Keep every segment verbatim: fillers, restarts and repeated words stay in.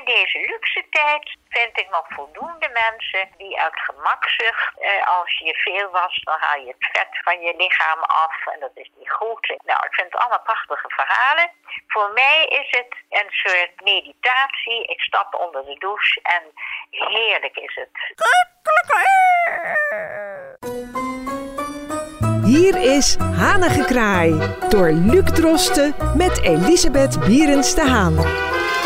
deze luxe tijd vind ik nog voldoende mensen die uit gemakzucht, eh, als je veel wast, dan haal je het vet van je lichaam af en dat is niet goed. Nou, ik vind het allemaal prachtige verhalen. Voor mij is het een soort meditatie. Ik stap onder de douche en heerlijk is het. Hier is Hanengekraai door Luc Drosten met Elisabeth Bierens de Haan.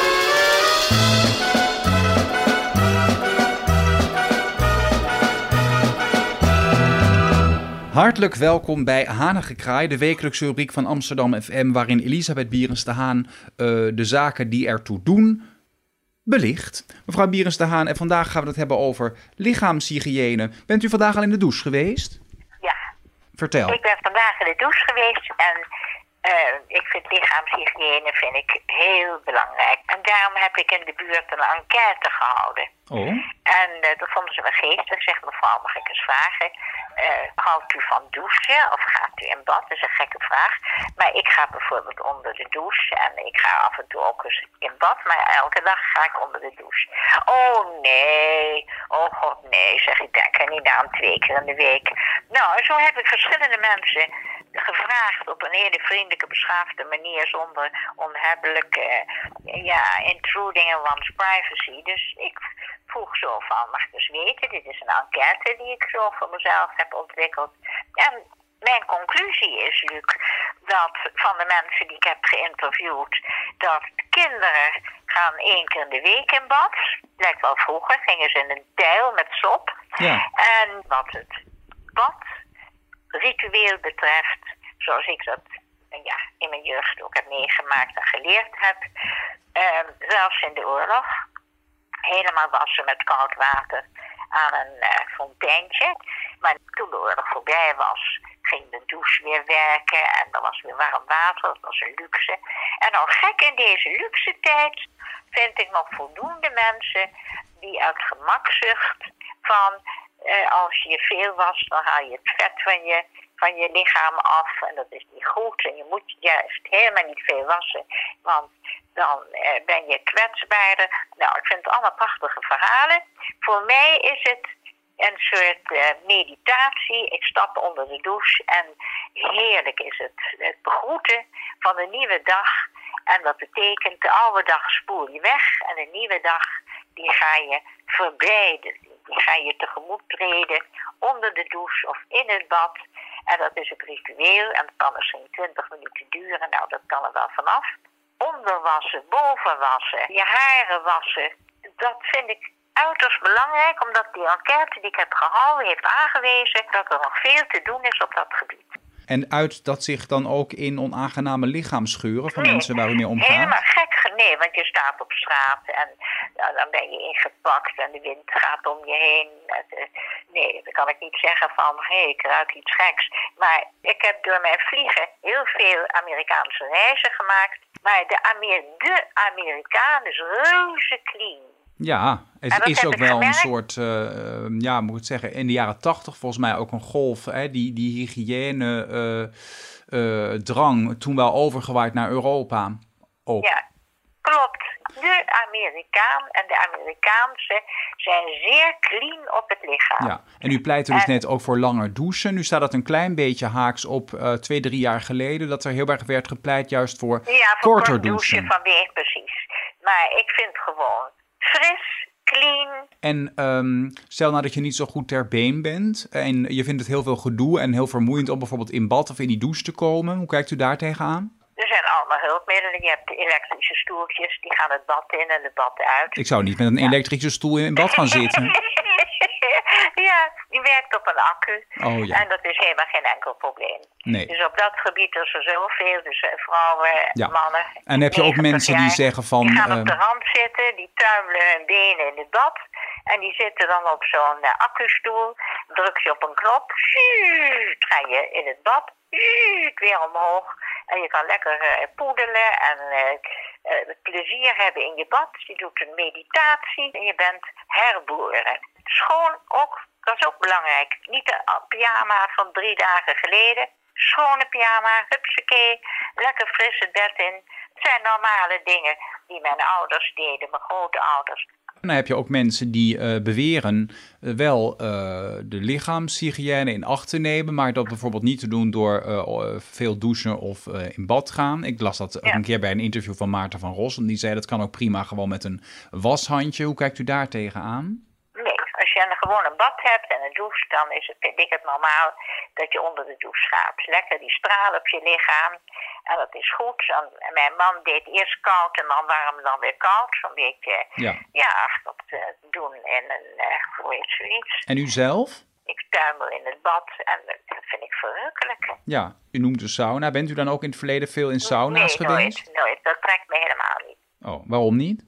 Hartelijk welkom bij Hanengekraai, de wekelijkse rubriek van Amsterdam F M, waarin Elisabeth Bierens de Haan uh, de zaken die ertoe doen belicht. Mevrouw Bierens de Haan, en vandaag gaan we het hebben over lichaamshygiëne. Bent u vandaag al in de douche geweest? Ja. Vertel. Ik ben vandaag in de douche geweest en uh, ik vind lichaamshygiëne vind ik heel belangrijk. En daarom heb ik in de buurt een enquête gehouden. Oh. En uh, dat vonden ze wel geestig. Zegt mevrouw, mag ik eens vragen? Uh, houdt u van douchen of gaat u in bad? Dat is een gekke vraag. Maar ik ga bijvoorbeeld onder de douche en ik ga af en toe ook eens in bad. Maar elke dag ga ik onder de douche. Oh nee, oh god nee, zeg ik, denk er niet aan, twee keer in de week. Nou, en zo heb ik verschillende mensen gevraagd op een hele vriendelijke, beschaafde manier zonder onhebbelijke uh, ja, intruding in one's privacy. Dus ik vroeg zo van, mag ik dus weten, dit is een enquête die ik zo voor mezelf heb ontwikkeld. En mijn conclusie is, Luc, dat van de mensen die ik heb geïnterviewd, dat kinderen gaan één keer in de week in bad. Lijkt wel vroeger, gingen ze in een tijl met sop. Ja. En wat het badritueel betreft, zoals ik dat ja, in mijn jeugd ook heb meegemaakt en geleerd heb, uh, zelfs in de oorlog, helemaal wassen met koud water aan een uh, fonteintje. Maar toen de oorlog voorbij was, ging de douche weer werken en er was weer warm water. Dat was een luxe. En nou gek in deze luxe tijd vind ik nog voldoende mensen die uit gemakzucht van uh, als je veel wast, dan haal je het vet van je, van je lichaam af en dat is niet goed. En je moet juist helemaal niet veel wassen, want dan uh, ben je kwetsbaarder. Nou, ik vind het allemaal prachtige verhalen. Voor mij is het een soort uh, meditatie. Ik stap onder de douche en heerlijk is het. Het begroeten van een nieuwe dag. En dat betekent de oude dag spoel je weg en een nieuwe dag die ga je verbreiden. Die ga je tegemoet treden onder de douche of in het bad. En dat is het ritueel en dat kan misschien twintig minuten duren. Nou, dat kan er wel vanaf. Onderwassen, bovenwassen, je haren wassen. Dat vind ik uiterst belangrijk, omdat die enquête die ik heb gehouden heeft aangewezen dat er nog veel te doen is op dat gebied. En uit dat zich dan ook in onaangename lichaamsgeuren van nee, mensen waar u mee omgaat? Helemaal gek, nee, want je staat op straat en nou, dan ben je ingepakt en de wind gaat om je heen. Nee, dan kan ik niet zeggen van, hé, hey, ik ruik iets geks. Maar ik heb door mijn vliegen heel veel Amerikaanse reizen gemaakt. Maar de, Amer- de Amerikaan is reuze clean. Ja, het is ook wel gemerkt. een soort, uh, ja, moet ik zeggen, in de jaren tachtig volgens mij ook een golf. Hè, die, die hygiëne uh, uh, drang toen wel overgewaaid naar Europa. Ook. Ja, klopt. De Amerikaan en de Amerikaanse zijn zeer clean op het lichaam. Ja, en u pleitte dus en... net ook voor langer douchen. Nu staat dat een klein beetje haaks op uh, twee, drie jaar geleden, dat er heel erg werd gepleit juist voor, ja, voor korter kort douchen. douchen vanwege, precies. Maar ik vind gewoon fris, clean. En um, stel nou dat je niet zo goed ter been bent en je vindt het heel veel gedoe en heel vermoeiend om bijvoorbeeld in bad of in die douche te komen. Hoe kijkt u daar tegenaan? Er zijn allemaal hulpmiddelen. Je hebt de elektrische stoeltjes, die gaan het bad in en het bad uit. Ik zou niet met een ja. elektrische stoel in bad gaan zitten. Ja, die werkt op een accu. Oh, ja. En dat is helemaal geen enkel probleem. Nee. Dus op dat gebied is er zoveel. Dus vrouwen, ja. mannen. En heb je ook mensen jaar, die zeggen van... Die gaan uh, op de rand zitten, die tuimelen hun benen in het bad. En die zitten dan op zo'n uh, accustoel. Druk je op een knop. Ga je in het bad. Weer omhoog. En je kan lekker uh, poedelen en uh, uh, plezier hebben in je bad. Je doet een meditatie en je bent herboren. Schoon ook, dat is ook belangrijk. Niet een pyjama van drie dagen geleden. Schone pyjama, hupsakee, lekker fris het bed in. Het zijn normale dingen die mijn ouders deden, mijn grootouders. En dan heb je ook mensen die uh, beweren uh, wel uh, de lichaamshygiëne in acht te nemen, maar dat bijvoorbeeld niet te doen door uh, veel douchen of uh, in bad gaan. Ik las dat ook ja. een keer bij een interview van Maarten van Ros, en die zei dat kan ook prima gewoon met een washandje. Hoe kijkt u daar tegenaan? Nee, als je een, gewoon een bad hebt en een douche, dan is het, vind ik het normaal dat je onder de douche gaat. Lekker die straal op je lichaam. En dat is goed. En mijn man deed eerst koud en dan warm, dan weer koud. Zo'n beetje, ja, ja dat uh, doen in een, uh, hoe heet zoiets. En u zelf? Ik tuimel in het bad en dat vind ik verrukkelijk. Ja, u noemt de sauna. Bent u dan ook in het verleden veel in sauna's nee, geweest? nooit, nooit. Dat trekt me helemaal niet. Oh, waarom niet?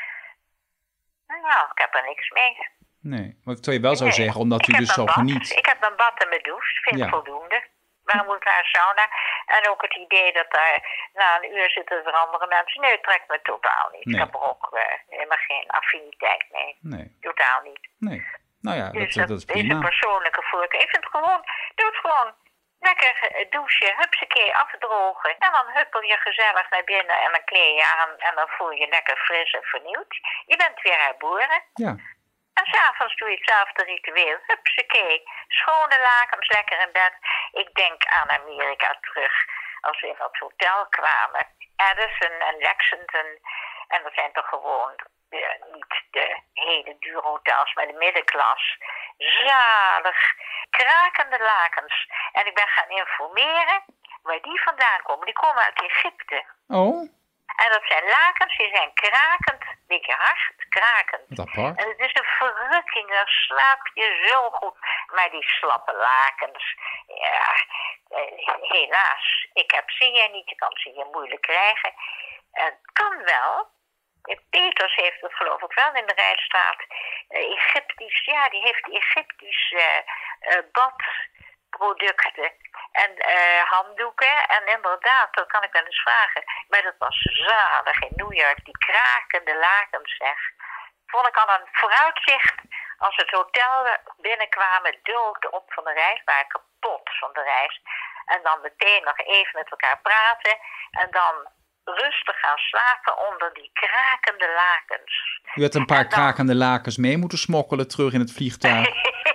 Nou, ik heb er niks mee. Nee, maar terwijl je wel zou nee. zeggen, omdat ik u dus zo bad. geniet. Ik heb een bad en mijn douche, vind ik ja. voldoende. Waarom moet ik naar een sauna? En ook het idee dat daar na een uur zitten er andere mensen. Nee, het trekt me totaal niet. Nee. Ik heb er ook uh, helemaal geen affiniteit mee. Nee. Totaal niet. Nee. Nou ja, dus dat, dat, dat is prima. is een persoonlijke voorkeur. Ik vind het gewoon, doe het gewoon. Lekker douchen, hupsakee afdrogen. En dan huppel je gezellig naar binnen en dan kleed je aan. En dan voel je lekker fris en vernieuwd. Je bent weer herboren. Ja. En s'avonds doe je hetzelfde ritueel. Hupsakee. Schone lakens, lekker in bed. Ik denk aan Amerika terug. Als we in dat hotel kwamen. Addison en Lexington. En dat zijn toch gewoon uh, niet de hele dure hotels, maar de middenklas. Zalig. Krakende lakens. En ik ben gaan informeren waar die vandaan komen. Die komen uit Egypte. Oh. En dat zijn lakens, die zijn krakend, een beetje hard, krakend. Apart. En het is een verrukking, dan slaap je zo goed. Maar die slappe lakens, ja, eh, helaas. Ik heb ze hier niet, je kan ze hier moeilijk krijgen. Het kan wel. Peters heeft het geloof ik wel in de Rijnstraat. Uh, Egyptisch, ja, die heeft Egyptische uh, uh, badproducten. En uh, handdoeken. En inderdaad, dat kan ik wel eens vragen. Maar dat was zalig in New York. Die krakende lakens, zeg. Vond ik al een vooruitzicht. Als het hotel binnenkwamen, dood op van de reis. Waren kapot van de reis. En dan meteen nog even met elkaar praten. En dan rustig gaan slapen onder die krakende lakens. U had een paar dan krakende lakens mee moeten smokkelen terug in het vliegtuig.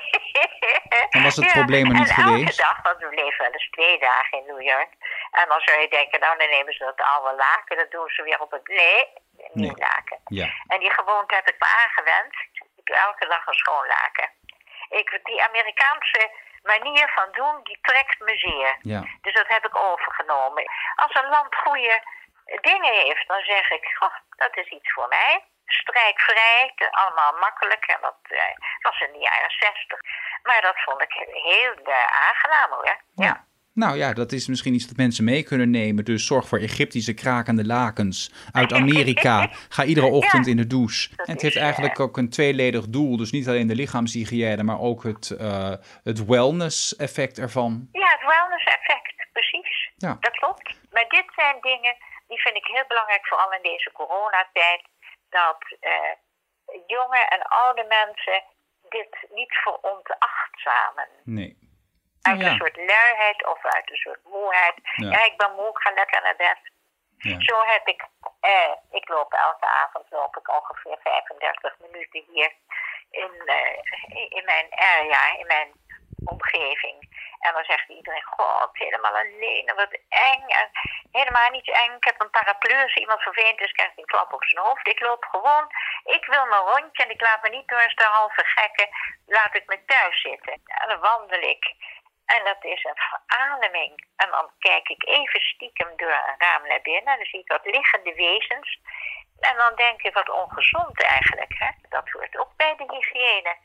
Dan was het ja, probleem er niet en geweest. Elke dag, want we bleven wel eens twee dagen in New York. En dan zou je denken, nou dan nemen ze dat oude laken, dat doen ze weer op het... Nee, nieuw nee. laken. Ja. En die gewoonte heb ik me aangewend. Ik doe elke dag een schoon laken. Ik, die Amerikaanse manier van doen, die trekt me zeer. Ja. Dus dat heb ik overgenomen. Als een land goede dingen heeft, dan zeg ik, oh, dat is iets voor mij. Strijkvrij, allemaal makkelijk. En dat uh, was in de jaren zestig. Maar dat vond ik heel uh, aangenaam hoor. Ja. Ja. Nou ja, dat is misschien iets dat mensen mee kunnen nemen. Dus zorg voor Egyptische krakende lakens uit Amerika. Ga iedere ochtend ja, in de douche. En het heeft eigenlijk ook een tweeledig doel. Dus niet alleen de lichaamshygiëne, maar ook het, uh, het wellness effect ervan. Ja, het wellness effect, precies. Ja. Dat klopt. Maar dit zijn dingen, die vind ik heel belangrijk, vooral in deze coronatijd. Dat uh, jonge en oude mensen dit niet veronachtzamen. Nee. Uit ja. een soort luiheid of uit een soort moeheid. Ja, ja ik ben moe, ik ga lekker naar bed. Ja. Zo heb ik, eh, ik loop elke avond loop ik ongeveer vijfendertig minuten hier in, uh, in mijn area, in mijn omgeving. En dan zegt iedereen, god, helemaal alleen en wat eng. En helemaal niet eng. Ik heb een paraplu, als iemand vervelend is, krijgt hij een klap op zijn hoofd. Ik loop gewoon, ik wil mijn rondje en ik laat me niet door een halve gekken, laat ik me thuis zitten. En dan wandel ik. En dat is een verademing. En dan kijk ik even stiekem door een raam naar binnen. Dan zie ik wat liggende wezens. En dan denk ik, wat ongezond eigenlijk. Hè? Dat hoort ook bij de hygiëne.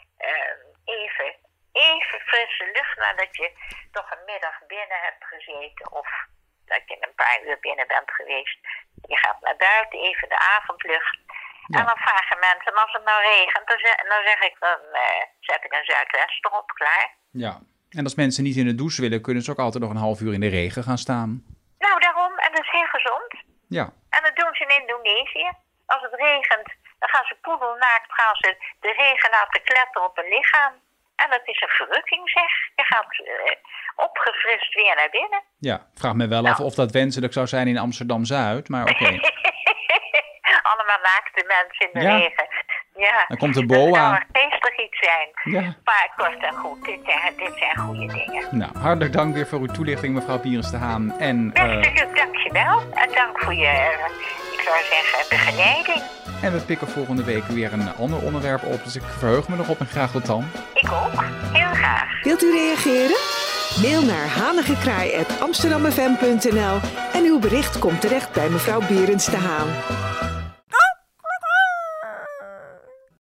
Uh, even, even frisse lucht nadat je toch een middag binnen hebt gezeten. Of dat je een paar uur binnen bent geweest. Je gaat naar buiten, even de avondlucht. Ja. En dan vragen mensen, als het nou regent, dan zeg, dan zeg ik, dan uh, zet ik een zuidwest erop, klaar. Ja. En als mensen niet in de douche willen, kunnen ze ook altijd nog een half uur in de regen gaan staan. Nou, daarom. En dat is heel gezond. Ja. En dat doen ze in Indonesië. Als het regent, dan gaan ze poedelnaakt, gaan ze de regen laten kletteren op hun lichaam. En dat is een verrukking, zeg. Je gaat uh, opgefrist weer naar binnen. Ja, ik vraag me wel nou. af of dat wenselijk zou zijn in Amsterdam-Zuid, maar oké. Okay. Allemaal naakte mensen in de ja. regen. Ja, dan komt de boa. Dat zou geestig iets zijn. Ja. Maar kort en goed, dit zijn, dit zijn goede dingen. Nou, hartelijk dank weer voor uw toelichting, mevrouw Bierens de Haan. En, uh... dankjewel. En dank voor je, uh, ik zou zeggen, begeleiding. En we pikken volgende week weer een ander onderwerp op. Dus ik verheug me erop en graag tot dan. Ik ook. Heel graag. Wilt u reageren? Mail naar hanigekraai apenstaartje amsterdam f m punt n l en uw bericht komt terecht bij mevrouw Bierens de Haan.